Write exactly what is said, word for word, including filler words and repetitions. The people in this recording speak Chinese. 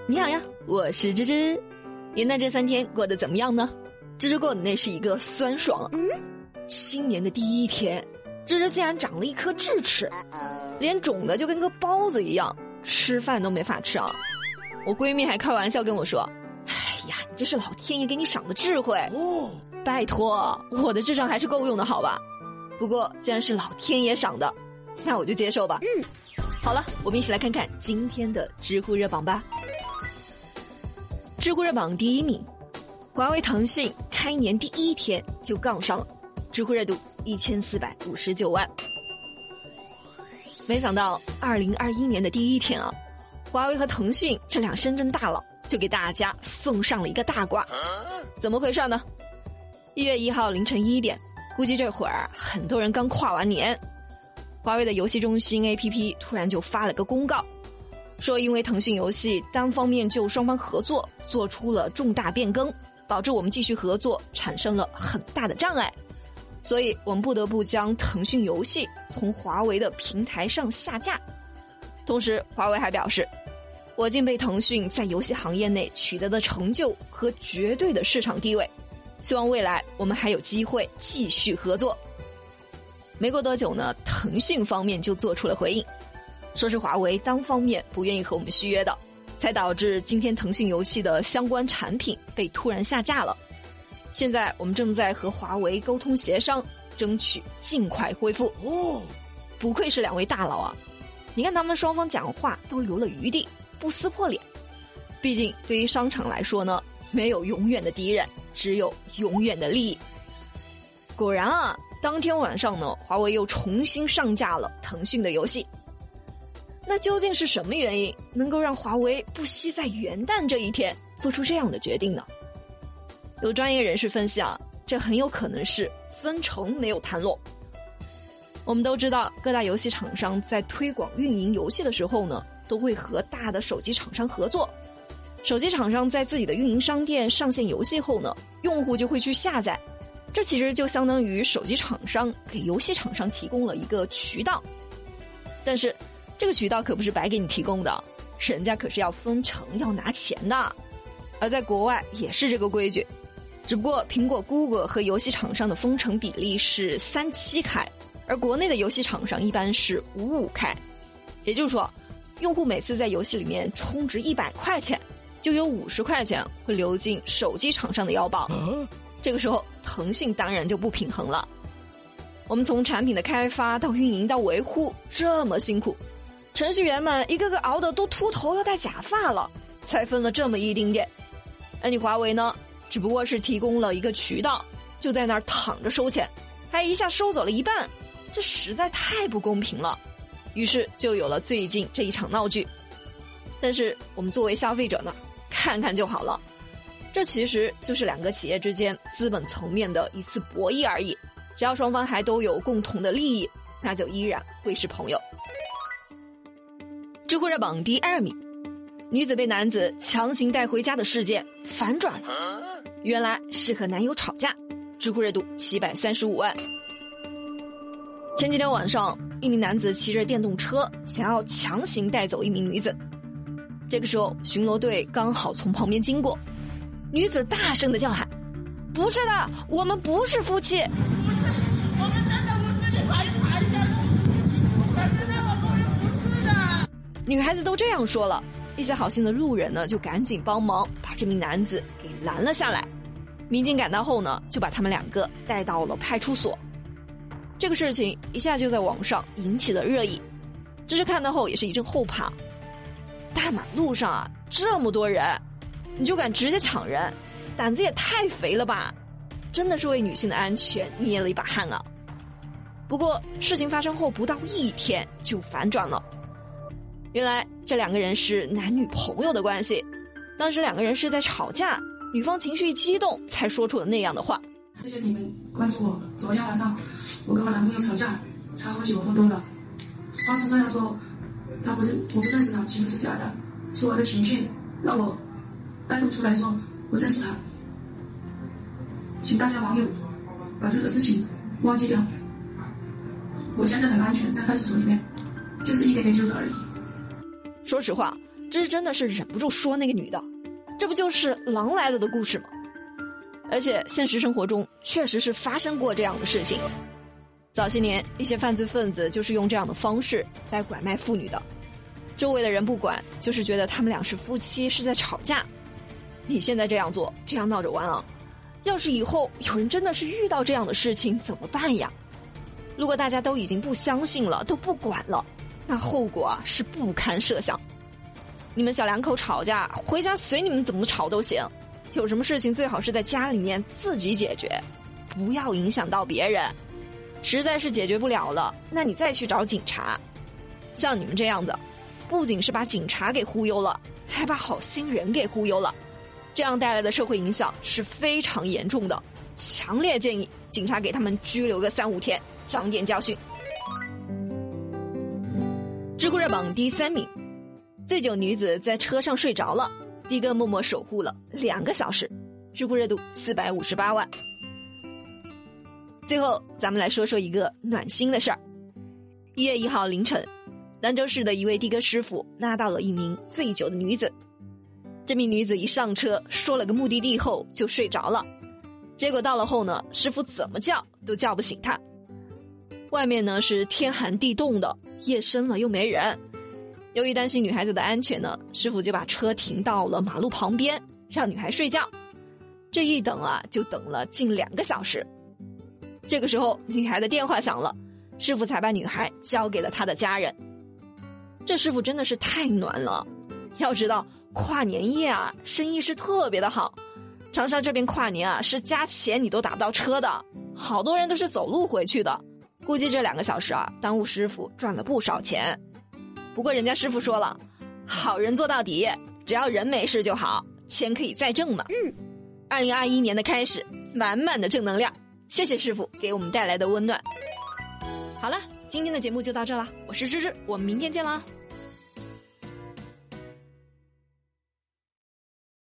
你好呀，我是芝芝。元旦这三天过得怎么样呢？芝芝过的那是一个酸爽。嗯，新年的第一天，芝芝竟然长了一颗智齿，脸肿的就跟个包子一样，吃饭都没法吃啊。我闺蜜还开玩笑跟我说，哎呀，你这是老天爷给你赏的智慧哦。拜托，我的智商还是够用的好吧。不过既然是老天爷赏的，那我就接受吧。嗯，好了，我们一起来看看今天的知乎热榜吧。知乎热榜第一名，华为腾讯开年第一天就杠上了，知乎热度一千四百五十九万。没想到二零二一年的第一天啊，华为和腾讯这两深圳大佬就给大家送上了一个大瓜。怎么回事呢？一月一号凌晨一点，估计这会儿很多人刚跨完年，华为的游戏中心 A P P 突然就发了个公告，说因为腾讯游戏单方面就双方合作做出了重大变更，导致我们继续合作产生了很大的障碍，所以我们不得不将腾讯游戏从华为的平台上下架。同时华为还表示，我敬佩腾讯在游戏行业内取得的成就和绝对的市场地位，希望未来我们还有机会继续合作。没过多久呢，腾讯方面就做出了回应，说是华为单方面不愿意和我们续约的，才导致今天腾讯游戏的相关产品被突然下架了。现在我们正在和华为沟通协商，争取尽快恢复。哦，不愧是两位大佬啊！你看他们双方讲话都留了余地，不撕破脸。毕竟对于商场来说呢，没有永远的敌人，只有永远的利益。果然啊，当天晚上呢，华为又重新上架了腾讯的游戏。那究竟是什么原因能够让华为不惜在元旦这一天做出这样的决定呢？有专业人士分析啊，这很有可能是分成没有谈拢。我们都知道，各大游戏厂商在推广运营游戏的时候呢，都会和大的手机厂商合作。手机厂商在自己的运营商店上线游戏后呢，用户就会去下载，这其实就相当于手机厂商给游戏厂商提供了一个渠道。但是这个渠道可不是白给你提供的，人家可是要分成要拿钱的。而在国外也是这个规矩，只不过苹果、Google 和游戏厂商的分成比例是三七开，而国内的游戏厂商一般是五五开。也就是说，用户每次在游戏里面充值一百块钱，就有五十块钱会流进手机厂商的腰包。这个时候腾讯当然就不平衡了。我们从产品的开发到运营到维护这么辛苦，程序员们一个个熬得都秃头要戴假发了，才分了这么一丁点。而你华为呢，只不过是提供了一个渠道，就在那儿躺着收钱，还一下收走了一半，这实在太不公平了。于是就有了最近这一场闹剧。但是我们作为消费者呢，看看就好了，这其实就是两个企业之间资本层面的一次博弈而已。只要双方还都有共同的利益，那就依然会是朋友。知乎热榜第二名，女子被男子强行带回家的事件反转了，原来是和男友吵架，知乎热度七百三十五万。前几天晚上，一名男子骑着电动车想要强行带走一名女子，这个时候巡逻队刚好从旁边经过，女子大声的叫喊，不是的，我们不是夫妻。我们真的不是，你快查一下，真的我们不是的。女孩子都这样说了，一些好心的路人呢就赶紧帮忙把这名男子给拦了下来。民警赶到后呢，就把他们两个带到了派出所。这个事情一下就在网上引起了热议，这是看到后也是一阵后怕。大马路上啊，这么多人，你就敢直接抢人，胆子也太肥了吧！真的是为女性的安全捏了一把汗啊。不过事情发生后不到一天就反转了，原来这两个人是男女朋友的关系，当时两个人是在吵架，女方情绪激动才说出了那样的话。 谢谢你们关注我，昨天晚上我跟我男朋友吵架，才喝酒喝多了，话是这样说，他不是我不认识他，其实是假的，是我的情绪让我带动出来说我认识他。请大家网友把这个事情忘记掉，我现在很安全，在派出所里面就是一点点纠葛而已。 说实话， 芝芝真的是忍不住说那个女的，这不就是狼来了的故事吗？而且现实生活中确实是发生过这样的事情。早些年一些犯罪分子就是用这样的方式来拐卖妇女的，周围的人不管，就是觉得他们俩是夫妻，是在吵架。你现在这样做，这样闹着玩啊，要是以后有人真的是遇到这样的事情怎么办呀？如果大家都已经不相信了，都不管了，那后果啊是不堪设想。你们小两口吵架，回家随你们怎么吵都行，有什么事情最好是在家里面自己解决，不要影响到别人。实在是解决不了了，那你再去找警察。像你们这样子，不仅是把警察给忽悠了，还把好心人给忽悠了，这样带来的社会影响是非常严重的，强烈建议警察给他们拘留个三五天，长点教训。知乎热榜第三名，醉酒女子在车上睡着了，的哥默默守护了两个小时，知乎热度四百五十八万。最后咱们来说说一个暖心的事儿。一月一号凌晨，兰州市的一位的哥师傅拉到了一名醉酒的女子。这名女子一上车说了个目的地后就睡着了，结果到了后呢，师傅怎么叫都叫不醒她。外面呢是天寒地冻的，夜深了又没人，由于担心女孩子的安全呢，师傅就把车停到了马路旁边，让女孩睡觉。这一等啊就等了近两个小时。这个时候女孩的电话响了，师傅才把女孩交给了她的家人。这师傅真的是太暖了，要知道跨年夜啊生意是特别的好，长沙这边跨年啊是加钱你都打不到车的，好多人都是走路回去的，估计这两个小时啊耽误师傅赚了不少钱。不过人家师傅说了，好人做到底，只要人没事就好，钱可以再挣嘛。嗯，二零二一年的开始，满满的正能量，谢谢师傅给我们带来的温暖。好了，今天的节目就到这了，我是芝芝，我们明天见啦。